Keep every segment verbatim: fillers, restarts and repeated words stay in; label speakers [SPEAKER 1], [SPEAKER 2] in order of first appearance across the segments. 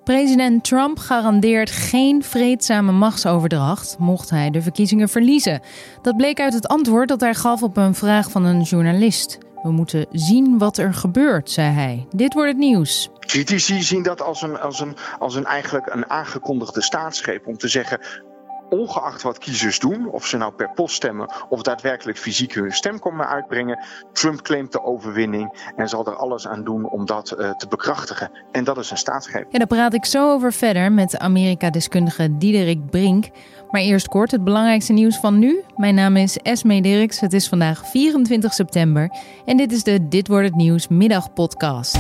[SPEAKER 1] President Trump garandeert geen vreedzame machtsoverdracht mocht hij de verkiezingen verliezen. Dat bleek uit het antwoord dat hij gaf op een vraag van een journalist. We moeten zien wat er gebeurt, zei hij. Dit wordt het nieuws.
[SPEAKER 2] Critici zien dat als een, als een, als een eigenlijk een aangekondigde staatsgreep om te zeggen, ongeacht wat kiezers doen, of ze nou per post stemmen of daadwerkelijk fysiek hun stem komen uitbrengen, Trump claimt de overwinning en zal er alles aan doen om dat uh, te bekrachtigen. En dat is een staatsgreep.
[SPEAKER 1] Ja, daar praat ik zo over verder met Amerika-deskundige Diederik Brink. Maar eerst kort het belangrijkste nieuws van nu. Mijn naam is Esme Dirks. Het is vandaag vierentwintig september en dit is de Dit wordt het nieuws middagpodcast.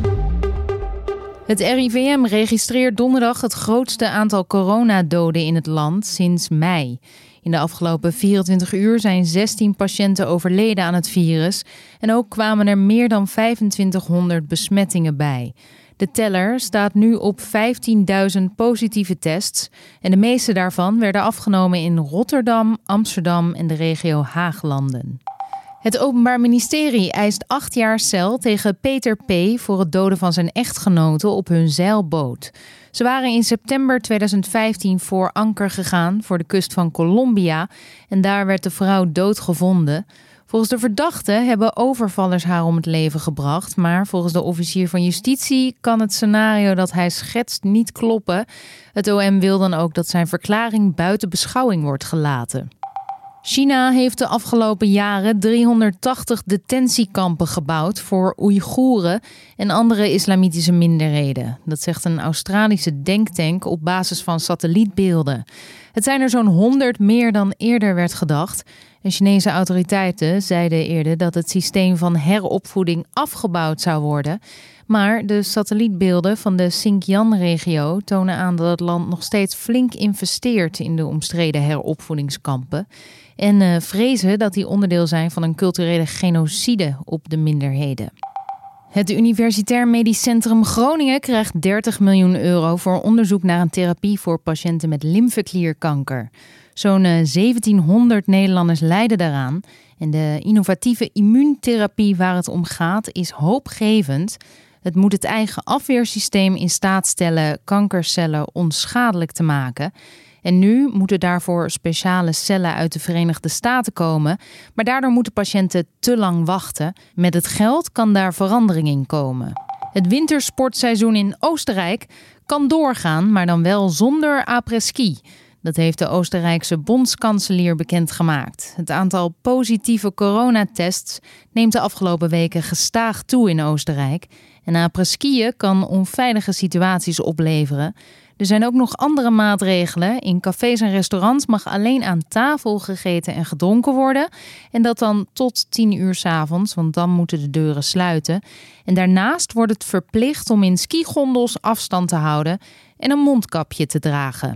[SPEAKER 1] Het R I V M registreert donderdag het grootste aantal coronadoden in het land sinds mei. In de afgelopen vierentwintig uur zijn zestien patiënten overleden aan het virus en ook kwamen er meer dan vijfentwintighonderd besmettingen bij. De teller staat nu op vijftienduizend positieve tests en de meeste daarvan werden afgenomen in Rotterdam, Amsterdam en de regio Haaglanden. Het Openbaar Ministerie eist acht jaar cel tegen Peter P. voor het doden van zijn echtgenote op hun zeilboot. Ze waren in september tweeduizend vijftien voor anker gegaan voor de kust van Colombia en daar werd de vrouw doodgevonden. Volgens de verdachte hebben overvallers haar om het leven gebracht, maar volgens de officier van justitie kan het scenario dat hij schetst niet kloppen. Het O M wil dan ook dat zijn verklaring buiten beschouwing wordt gelaten. China heeft de afgelopen jaren driehonderdtachtig detentiekampen gebouwd voor Oeigoeren en andere islamitische minderheden. Dat zegt een Australische denktank op basis van satellietbeelden. Het zijn er zo'n honderd meer dan eerder werd gedacht. En Chinese autoriteiten zeiden eerder dat het systeem van heropvoeding afgebouwd zou worden. Maar de satellietbeelden van de Xinjiang-regio tonen aan dat het land nog steeds flink investeert in de omstreden heropvoedingskampen. En uh, vrezen dat die onderdeel zijn van een culturele genocide op de minderheden. Het Universitair Medisch Centrum Groningen krijgt dertig miljoen euro voor onderzoek naar een therapie voor patiënten met lymfeklierkanker. Zo'n uh, zeventienhonderd Nederlanders lijden daaraan. En de innovatieve immuuntherapie waar het om gaat is hoopgevend. Het moet het eigen afweersysteem in staat stellen kankercellen onschadelijk te maken. En nu moeten daarvoor speciale cellen uit de Verenigde Staten komen. Maar daardoor moeten patiënten te lang wachten. Met het geld kan daar verandering in komen. Het wintersportseizoen in Oostenrijk kan doorgaan, maar dan wel zonder après-ski. Dat heeft de Oostenrijkse bondskanselier bekendgemaakt. Het aantal positieve coronatests neemt de afgelopen weken gestaag toe in Oostenrijk. En après-skiën kan onveilige situaties opleveren. Er zijn ook nog andere maatregelen. In cafés en restaurants mag alleen aan tafel gegeten en gedronken worden. En dat dan tot tien uur 's avonds, want dan moeten de deuren sluiten. En daarnaast wordt het verplicht om in skigondels afstand te houden en een mondkapje te dragen.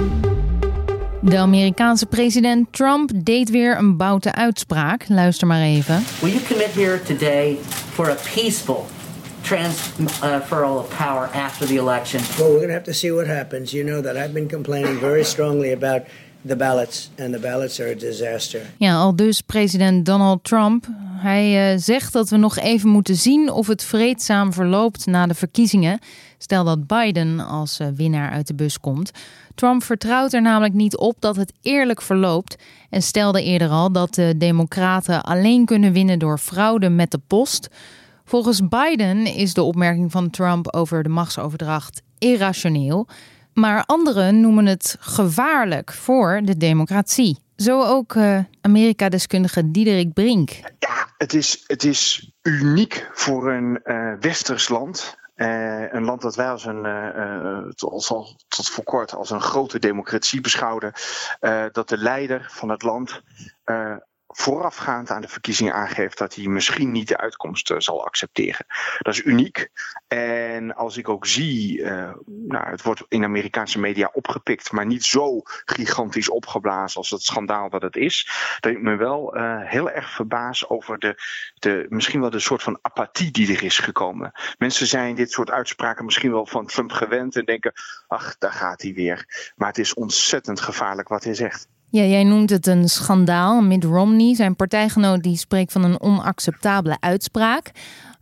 [SPEAKER 1] De Amerikaanse president Trump deed weer een boute uitspraak. Luister maar even.
[SPEAKER 3] Will you commit here today for a peaceful transferal of power after the election?
[SPEAKER 4] Well, we're going to have to see what happens. You know that I've been complaining very strongly about the ballots, and the ballots are a disaster.
[SPEAKER 1] Ja, al dus president Donald Trump. Hij uh, zegt dat we nog even moeten zien of het vreedzaam verloopt na de verkiezingen. Stel dat Biden als uh, winnaar uit de bus komt. Trump vertrouwt er namelijk niet op dat het eerlijk verloopt en stelde eerder al dat de Democraten alleen kunnen winnen door fraude met de post. Volgens Biden is de opmerking van Trump over de machtsoverdracht irrationeel. Maar anderen noemen het gevaarlijk voor de democratie. Zo ook uh, Amerika-deskundige Diederik Brink.
[SPEAKER 2] Ja, het is, het is uniek voor een uh, westers land. Uh, een land dat wij als een, uh, uh, tot, tot voor kort als een grote democratie beschouwden. Uh, dat de leider van het land Uh, voorafgaand aan de verkiezingen aangeeft dat hij misschien niet de uitkomst uh, zal accepteren. Dat is uniek. En als ik ook zie, uh, nou, het wordt in Amerikaanse media opgepikt, maar niet zo gigantisch opgeblazen als het schandaal dat het is, dat ik me wel uh, heel erg verbaas over de, de, misschien wel de soort van apathie die er is gekomen. Mensen zijn dit soort uitspraken misschien wel van Trump gewend en denken, ach, daar gaat hij weer. Maar het is ontzettend gevaarlijk wat hij zegt.
[SPEAKER 1] Ja, jij noemt het een schandaal. Mitt Romney, zijn partijgenoot, die spreekt van een onacceptabele uitspraak.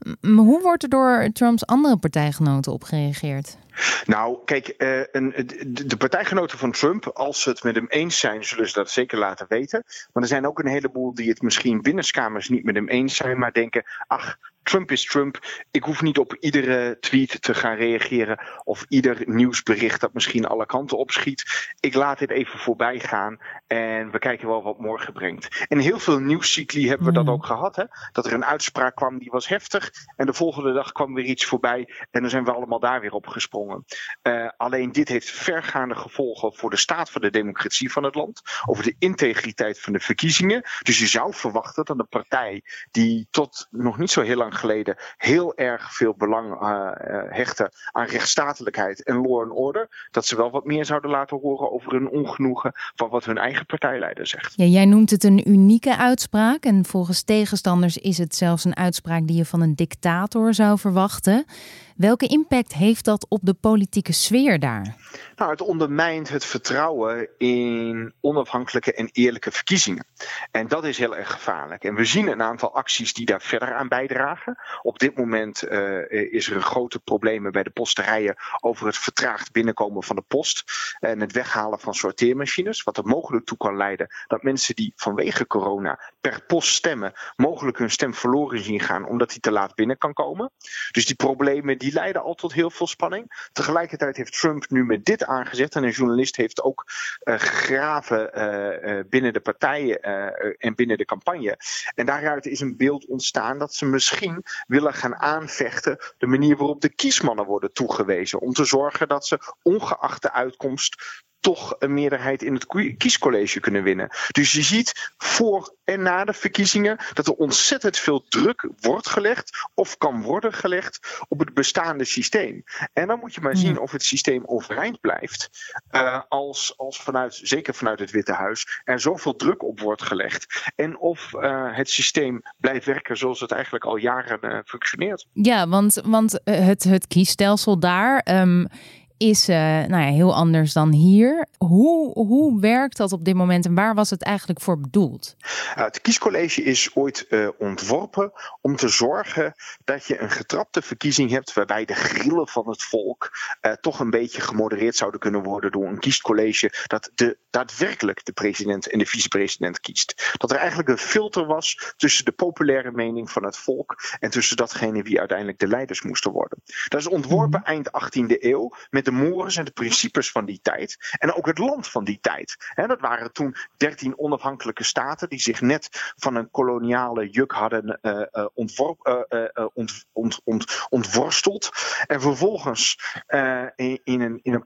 [SPEAKER 1] M- hoe wordt er door Trumps andere partijgenoten op gereageerd?
[SPEAKER 2] Nou, kijk, uh, een, de, de partijgenoten van Trump, als ze het met hem eens zijn, zullen ze dat zeker laten weten. Maar er zijn ook een heleboel die het misschien binnenskamers niet met hem eens zijn, maar denken, ach, Trump is Trump. Ik hoef niet op iedere tweet te gaan reageren of ieder nieuwsbericht dat misschien alle kanten opschiet. Ik laat dit even voorbij gaan en we kijken wel wat morgen brengt. In heel veel nieuwscycli hebben we dat ook gehad. Hè? Dat er een uitspraak kwam die was heftig en de volgende dag kwam weer iets voorbij en dan zijn we allemaal daar weer op gesprongen. Uh, alleen dit heeft vergaande gevolgen voor de staat van de democratie van het land. Over de integriteit van de verkiezingen. Dus je zou verwachten dat een partij die tot nog niet zo heel lang geleden heel erg veel belang uh, uh, hechten aan rechtsstatelijkheid en law and order, dat ze wel wat meer zouden laten horen over hun ongenoegen van wat hun eigen partijleider zegt.
[SPEAKER 1] Ja, jij noemt het een unieke uitspraak en volgens tegenstanders is het zelfs een uitspraak die je van een dictator zou verwachten. Welke impact heeft dat op de politieke sfeer daar?
[SPEAKER 2] Nou, het ondermijnt het vertrouwen in onafhankelijke en eerlijke verkiezingen. En dat is heel erg gevaarlijk. En we zien een aantal acties die daar verder aan bijdragen. Op dit moment uh, is er een grote probleem bij de posterijen over het vertraagd binnenkomen van de post. En het weghalen van sorteermachines. Wat er mogelijk toe kan leiden dat mensen die vanwege corona per post stemmen, mogelijk hun stem verloren zien gaan omdat die te laat binnen kan komen. Dus die problemen die leiden al tot heel veel spanning. Tegelijkertijd heeft Trump nu met dit aangezet en een journalist heeft ook uh, gegraven uh, uh, binnen de partijen uh, en binnen de campagne. En daaruit is een beeld ontstaan dat ze misschien willen gaan aanvechten de manier waarop de kiesmannen worden toegewezen. Om te zorgen dat ze ongeacht de uitkomst toch een meerderheid in het kiescollege kunnen winnen. Dus je ziet voor en na de verkiezingen dat er ontzettend veel druk wordt gelegd of kan worden gelegd op het bestaande systeem. En dan moet je maar zien of het systeem overeind blijft uh, als, als vanuit, zeker vanuit het Witte Huis, er zoveel druk op wordt gelegd. En of uh, het systeem blijft werken zoals het eigenlijk al jaren uh, functioneert.
[SPEAKER 1] Ja, want, want het, het kiesstelsel daar Um... is uh, nou ja, heel anders dan hier. Hoe, hoe werkt dat op dit moment en waar was het eigenlijk voor bedoeld?
[SPEAKER 2] Uh, het kiescollege is ooit uh, ontworpen om te zorgen dat je een getrapte verkiezing hebt waarbij de grillen van het volk uh, toch een beetje gemodereerd zouden kunnen worden door een kiescollege dat de, daadwerkelijk de president en de vicepresident kiest. Dat er eigenlijk een filter was tussen de populaire mening van het volk en tussen datgene wie uiteindelijk de leiders moesten worden. Dat is ontworpen mm. eind achttiende eeuw met de mores en de principes van die tijd. En ook het land van die tijd. He, dat waren toen dertien onafhankelijke staten die zich net van een koloniale juk hadden uh, uh, ontwor- uh, uh, ont, ont, ont, ontworsteld. En vervolgens uh, in, in, een, in een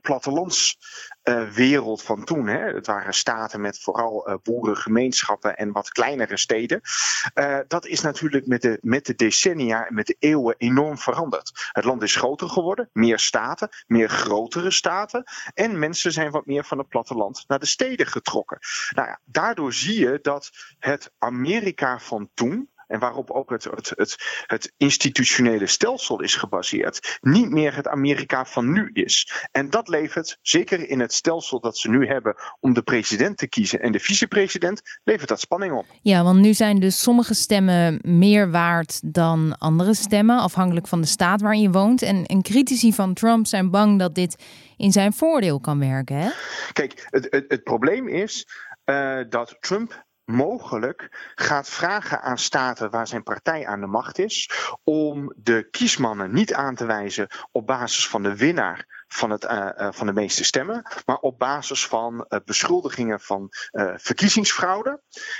[SPEAKER 2] plattelandswereld uh, van toen. He, het waren staten met vooral uh, boerengemeenschappen en wat kleinere steden. Uh, dat is natuurlijk met de, met de decennia en met de eeuwen enorm veranderd. Het land is groter geworden, meer staten, meer grotere staten en mensen zijn wat meer van het platteland naar de steden getrokken. Nou ja, daardoor zie je dat het Amerika van toen, en waarop ook het, het, het, het institutionele stelsel is gebaseerd, niet meer het Amerika van nu is. En dat levert, zeker in het stelsel dat ze nu hebben om de president te kiezen en de vicepresident, levert dat spanning op.
[SPEAKER 1] Ja, want nu zijn dus sommige stemmen meer waard dan andere stemmen, afhankelijk van de staat waarin je woont. En, en critici van Trump zijn bang dat dit in zijn voordeel kan werken, hè?
[SPEAKER 2] Kijk, het, het, het probleem is uh, dat Trump mogelijk gaat vragen aan staten waar zijn partij aan de macht is om de kiesmannen niet aan te wijzen op basis van de winnaar van, het, uh, uh, van de meeste stemmen, maar op basis van uh, beschuldigingen van uh, verkiezingsfraude.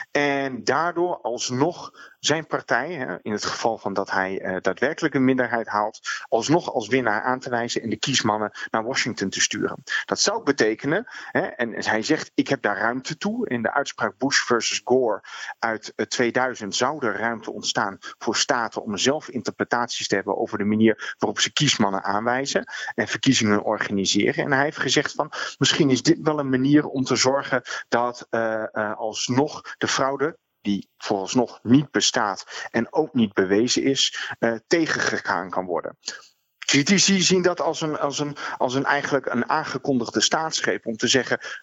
[SPEAKER 2] En daardoor alsnog zijn partij, hè, in het geval van dat hij uh, daadwerkelijk een minderheid haalt, alsnog als winnaar aan te wijzen en de kiesmannen naar Washington te sturen. Dat zou betekenen, hè, en hij zegt ik heb daar ruimte toe. In de uitspraak Bush versus Gore uit uh, tweeduizend zou er ruimte ontstaan voor staten om zelf interpretaties te hebben over de manier waarop ze kiesmannen aanwijzen en verkiezingen organiseren. En hij heeft gezegd van misschien is dit wel een manier om te zorgen dat uh, uh, alsnog de fraude, die vooralsnog niet bestaat en ook niet bewezen is, uh, tegengegaan kan worden. Critici zien dat als een, als een, als een eigenlijk een aangekondigde staatsgreep om te zeggen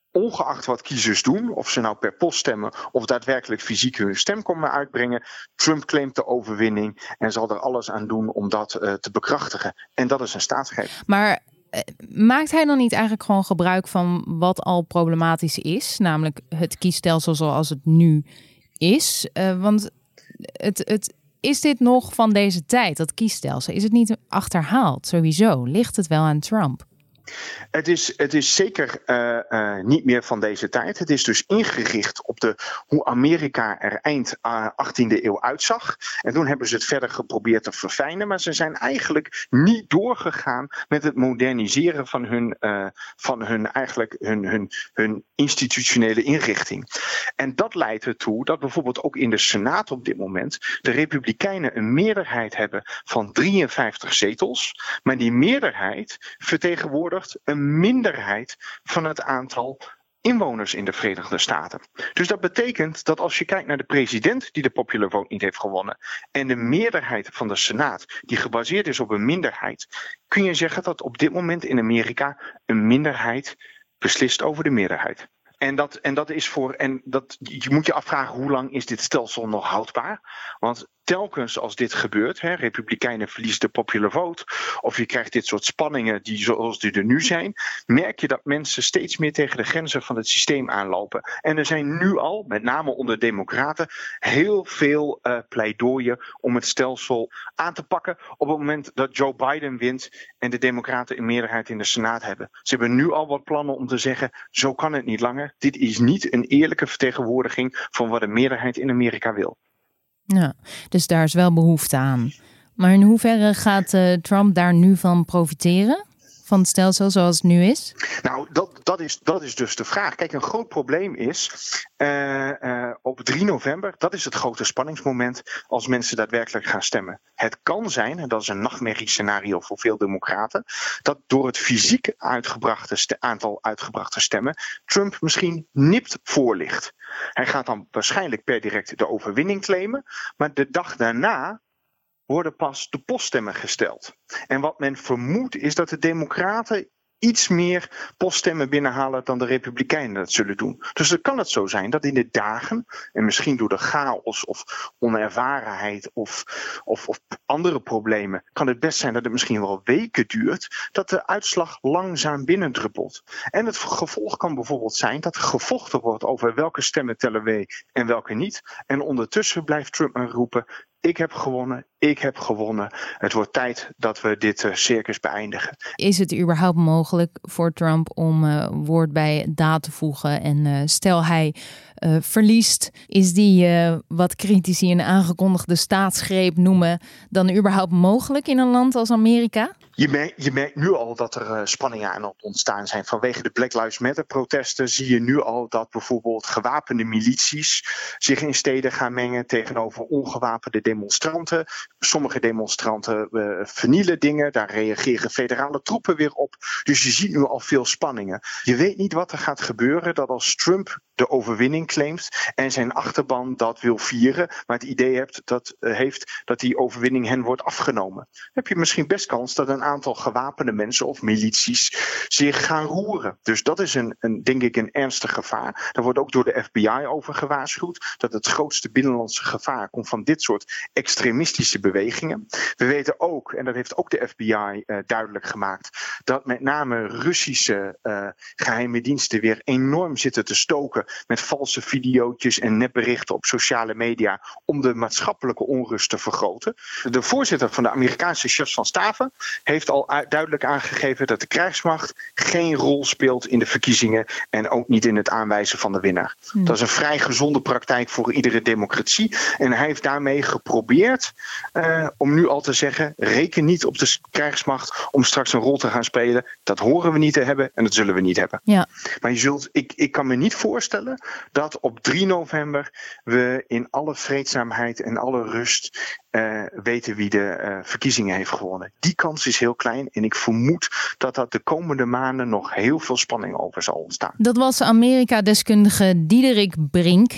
[SPEAKER 2] ongeacht wat kiezers doen, of ze nou per post stemmen of daadwerkelijk fysiek hun stem komen uitbrengen, Trump claimt de overwinning en zal er alles aan doen om dat uh, te bekrachtigen. En dat is een staatsgreep.
[SPEAKER 1] Maar uh, maakt hij dan niet eigenlijk gewoon gebruik van wat al problematisch is, namelijk het kiesstelsel zoals het nu is? Uh, want het, het, is dit nog van deze tijd, dat kiesstelsel? Is het niet achterhaald sowieso? Ligt het wel aan Trump?
[SPEAKER 2] Het is, het is zeker uh, uh, niet meer van deze tijd. Het is dus ingericht op de, hoe Amerika er eind uh, achttiende eeuw uitzag. En toen hebben ze het verder geprobeerd te verfijnen. Maar ze zijn eigenlijk niet doorgegaan met het moderniseren van hun, uh, van hun, eigenlijk hun, hun, hun institutionele inrichting. En dat leidt ertoe dat bijvoorbeeld ook in de Senaat op dit moment de Republikeinen een meerderheid hebben van drieënvijftig zetels. Maar die meerderheid vertegenwoordigt een minderheid van het aantal inwoners in de Verenigde Staten. Dus dat betekent dat als je kijkt naar de president die de popular vote niet heeft gewonnen en de meerderheid van de Senaat die gebaseerd is op een minderheid, kun je zeggen dat op dit moment in Amerika een minderheid beslist over de meerderheid. En dat, en dat is voor, en dat, je moet je afvragen hoe lang is dit stelsel nog houdbaar? Want telkens als dit gebeurt, hè, Republikeinen verliezen de popular vote, of je krijgt dit soort spanningen die zoals die er nu zijn, merk je dat mensen steeds meer tegen de grenzen van het systeem aanlopen. En er zijn nu al, met name onder democraten, heel veel uh, pleidooien om het stelsel aan te pakken op het moment dat Joe Biden wint en de democraten een meerderheid in de Senaat hebben. Ze hebben nu al wat plannen om te zeggen, zo kan het niet langer. Dit is niet een eerlijke vertegenwoordiging van wat een meerderheid in Amerika wil.
[SPEAKER 1] Ja, dus daar is wel behoefte aan. Maar in hoeverre gaat uh, Trump daar nu van profiteren? Van het stelsel zoals het nu is?
[SPEAKER 2] Nou, dat, dat, is, dat is dus de vraag. Kijk, een groot probleem is uh, uh, op drie november, dat is het grote spanningsmoment als mensen daadwerkelijk gaan stemmen. Het kan zijn, en dat is een nachtmerriescenario voor veel democraten, dat door het fysiek uitgebrachte st- aantal uitgebrachte stemmen Trump misschien nipt voor ligt. Hij gaat dan waarschijnlijk per direct de overwinning claimen, maar de dag daarna worden pas de poststemmen gesteld. En wat men vermoedt is dat de democraten iets meer poststemmen binnenhalen dan de Republikeinen dat zullen doen. Dus dan kan het zo zijn dat in de dagen, en misschien door de chaos of onervarenheid of, of, of andere problemen, kan het best zijn dat het misschien wel weken duurt, dat de uitslag langzaam binnendruppelt. En het gevolg kan bijvoorbeeld zijn dat er gevochten wordt over welke stemmen tellen we en welke niet. En ondertussen blijft Trump maar roepen, ik heb gewonnen, ik heb gewonnen. Het wordt tijd dat we dit uh, circus beëindigen.
[SPEAKER 1] Is het überhaupt mogelijk voor Trump om uh, woord bij daad te voegen? En uh, stel hij uh, verliest, is die uh, wat critici een aangekondigde staatsgreep noemen dan überhaupt mogelijk in een land als Amerika?
[SPEAKER 2] Je merkt, je merkt nu al dat er uh, spanningen aan het ontstaan zijn. Vanwege de Black Lives Matter protesten zie je nu al dat bijvoorbeeld gewapende milities zich in steden gaan mengen tegenover ongewapende demonstranten. Sommige demonstranten uh, vernielen dingen, daar reageren federale troepen weer op. Dus je ziet nu al veel spanningen. Je weet niet wat er gaat gebeuren dat als Trump de overwinning claimt en zijn achterban dat wil vieren, maar het idee hebt dat, uh, heeft dat die overwinning hen wordt afgenomen. Dan heb je misschien best kans dat een aantal gewapende mensen of milities zich gaan roeren. Dus dat is een, een, denk ik een ernstig gevaar. Daar wordt ook door de F B I over gewaarschuwd dat het grootste binnenlandse gevaar komt van dit soort extremistische bewegingen. We weten ook, en dat heeft ook de F B I uh, duidelijk gemaakt, dat met name Russische uh, geheime diensten weer enorm zitten te stoken met valse videootjes en nepberichten op sociale media om de maatschappelijke onrust te vergroten. De voorzitter van de Amerikaanse chefs van staven heeft al duidelijk aangegeven dat de krijgsmacht geen rol speelt in de verkiezingen en ook niet in het aanwijzen van de winnaar. Hmm. Dat is een vrij gezonde praktijk voor iedere democratie. En hij heeft daarmee geprobeerd uh, om nu al te zeggen, reken niet op de krijgsmacht om straks een rol te gaan spelen. Dat horen we niet te hebben en dat zullen we niet hebben.
[SPEAKER 1] Ja.
[SPEAKER 2] Maar je zult, ik, ik kan me niet voorstellen dat op drie november we in alle vreedzaamheid en alle rust uh, weten wie de uh, verkiezingen heeft gewonnen. Die kans is heel klein en ik vermoed dat dat de komende maanden nog heel veel spanning over zal ontstaan.
[SPEAKER 1] Dat was Amerika-deskundige Diederik Brink.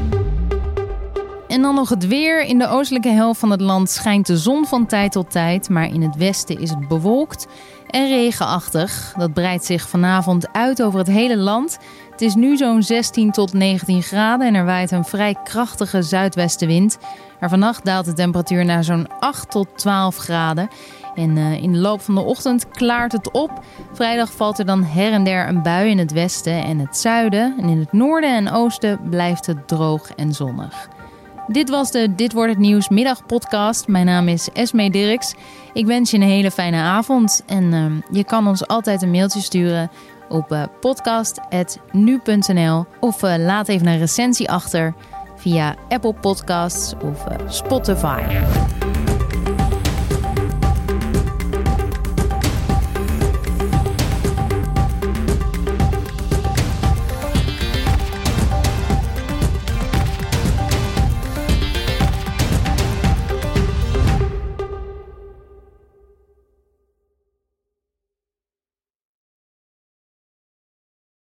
[SPEAKER 1] En dan nog het weer. In de oostelijke helft van het land schijnt de zon van tijd tot tijd, maar in het westen is het bewolkt. en regenachtig. Dat breidt zich vanavond uit over het hele land. Het is nu zo'n zestien tot negentien graden en er waait een vrij krachtige zuidwestenwind. Maar vannacht daalt de temperatuur naar zo'n acht tot twaalf graden. En uh, in de loop van de ochtend klaart het op. Vrijdag valt er dan her en der een bui in het westen en het zuiden. En in het noorden en oosten blijft het droog en zonnig. Dit was de Dit Wordt Het Nieuws middagpodcast. Mijn naam is Esmee Dirks. Ik wens je een hele fijne avond. En uh, je kan ons altijd een mailtje sturen op uh, podcast punt nu punt n l. Of uh, laat even een recensie achter via Apple Podcasts of uh, Spotify.